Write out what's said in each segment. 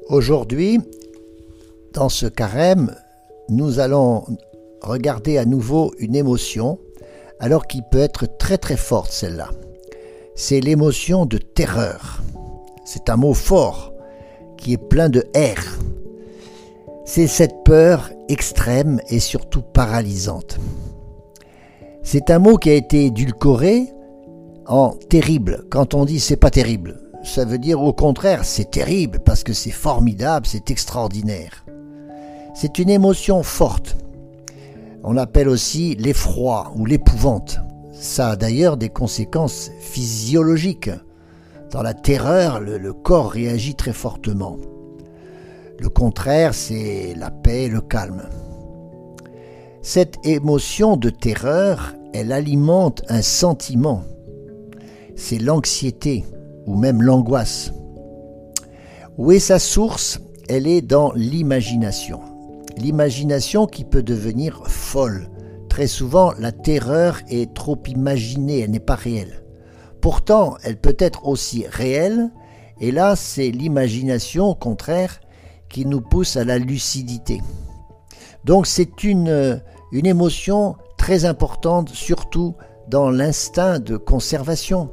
Aujourd'hui, dans ce carême, nous allons regarder à nouveau une émotion, alors qui peut être très très forte celle-là. C'est l'émotion de terreur. C'est un mot fort qui est plein de R. C'est cette peur extrême et surtout paralysante. C'est un mot qui a été édulcoré en terrible. Quand on dit c'est pas terrible, ça veut dire au contraire c'est terrible parce que c'est formidable, c'est extraordinaire. C'est une émotion forte. On l'appelle aussi l'effroi ou l'épouvante. Ça a d'ailleurs des conséquences physiologiques. Dans la terreur, le corps réagit très fortement. Le contraire, c'est la paix, le calme. Cette émotion de terreur, elle alimente un sentiment. C'est l'anxiété ou même l'angoisse. Où est sa source? Elle est dans l'imagination. L'imagination qui peut devenir folle. Très souvent, la terreur est trop imaginée, elle n'est pas réelle. Pourtant, elle peut être aussi réelle, et là, c'est l'imagination, au contraire, qui nous pousse à la lucidité. Donc, c'est une émotion très importante, surtout dans l'instinct de conservation.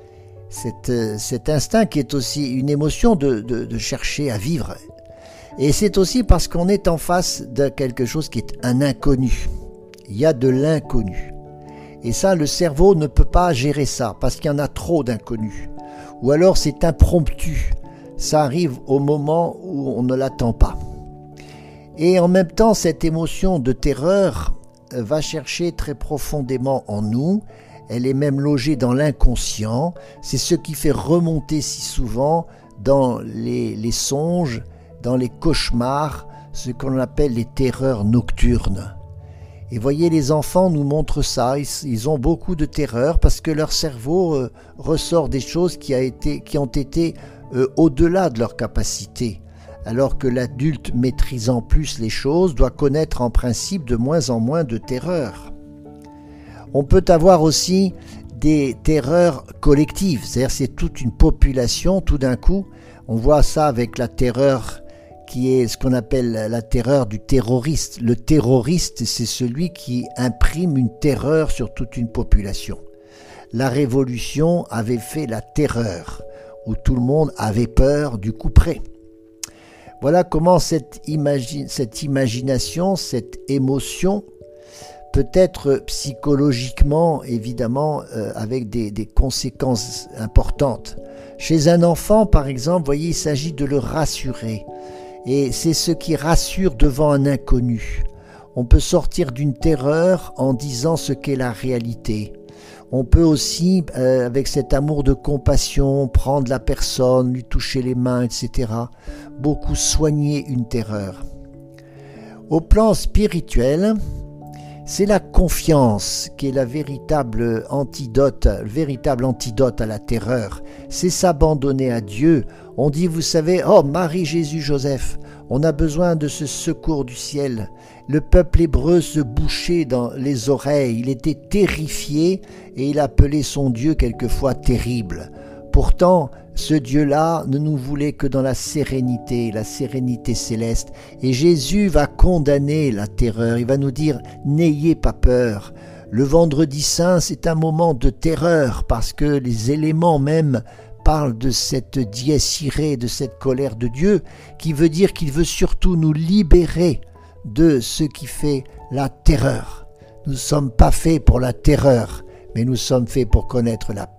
Cet instinct qui est aussi une émotion de chercher à vivre. Et c'est aussi parce qu'on est en face de quelque chose qui est un inconnu. Il y a de l'inconnu. Et ça, le cerveau ne peut pas gérer ça, parce qu'il y en a trop d'inconnus. Ou alors c'est impromptu. Ça arrive au moment où on ne l'attend pas. Et en même temps, cette émotion de terreur va chercher très profondément en nous. Elle est même logée dans l'inconscient. C'est ce qui fait remonter si souvent dans les songes, dans les cauchemars, ce qu'on appelle les terreurs nocturnes. Et voyez, les enfants nous montrent ça, ils ont beaucoup de terreur parce que leur cerveau ressort des choses qui ont été au-delà de leur capacité, alors que l'adulte maîtrisant plus les choses doit connaître en principe de moins en moins de terreur. On peut avoir aussi des terreurs collectives, c'est-à-dire c'est toute une population, tout d'un coup, on voit ça avec la terreur qui est ce qu'on appelle la terreur du terroriste. Le terroriste, c'est celui qui imprime une terreur sur toute une population. La Révolution avait fait la terreur, où tout le monde avait peur du coup près. Voilà comment cette imagination, cette émotion, peut être psychologiquement, évidemment, avec des conséquences importantes. Chez un enfant, par exemple, vous voyez, il s'agit de le rassurer. Et c'est ce qui rassure devant un inconnu. On peut sortir d'une terreur en disant ce qu'est la réalité. On peut aussi, avec cet amour de compassion, prendre la personne, lui toucher les mains, etc., beaucoup soigner une terreur. Au plan spirituel, c'est la confiance qui est le véritable antidote à la terreur. C'est s'abandonner à Dieu. On dit, vous savez, oh Marie, Jésus, Joseph, on a besoin de ce secours du ciel. Le peuple hébreu se bouchait dans les oreilles, il était terrifié et il appelait son Dieu quelquefois terrible. Pourtant, ce Dieu-là ne nous voulait que dans la sérénité céleste. Et Jésus va condamner la terreur, il va nous dire « N'ayez pas peur ». Le vendredi saint, c'est un moment de terreur parce que les éléments même parlent de cette dies irae, de cette colère de Dieu, qui veut dire qu'il veut surtout nous libérer de ce qui fait la terreur. Nous ne sommes pas faits pour la terreur, mais nous sommes faits pour connaître la paix.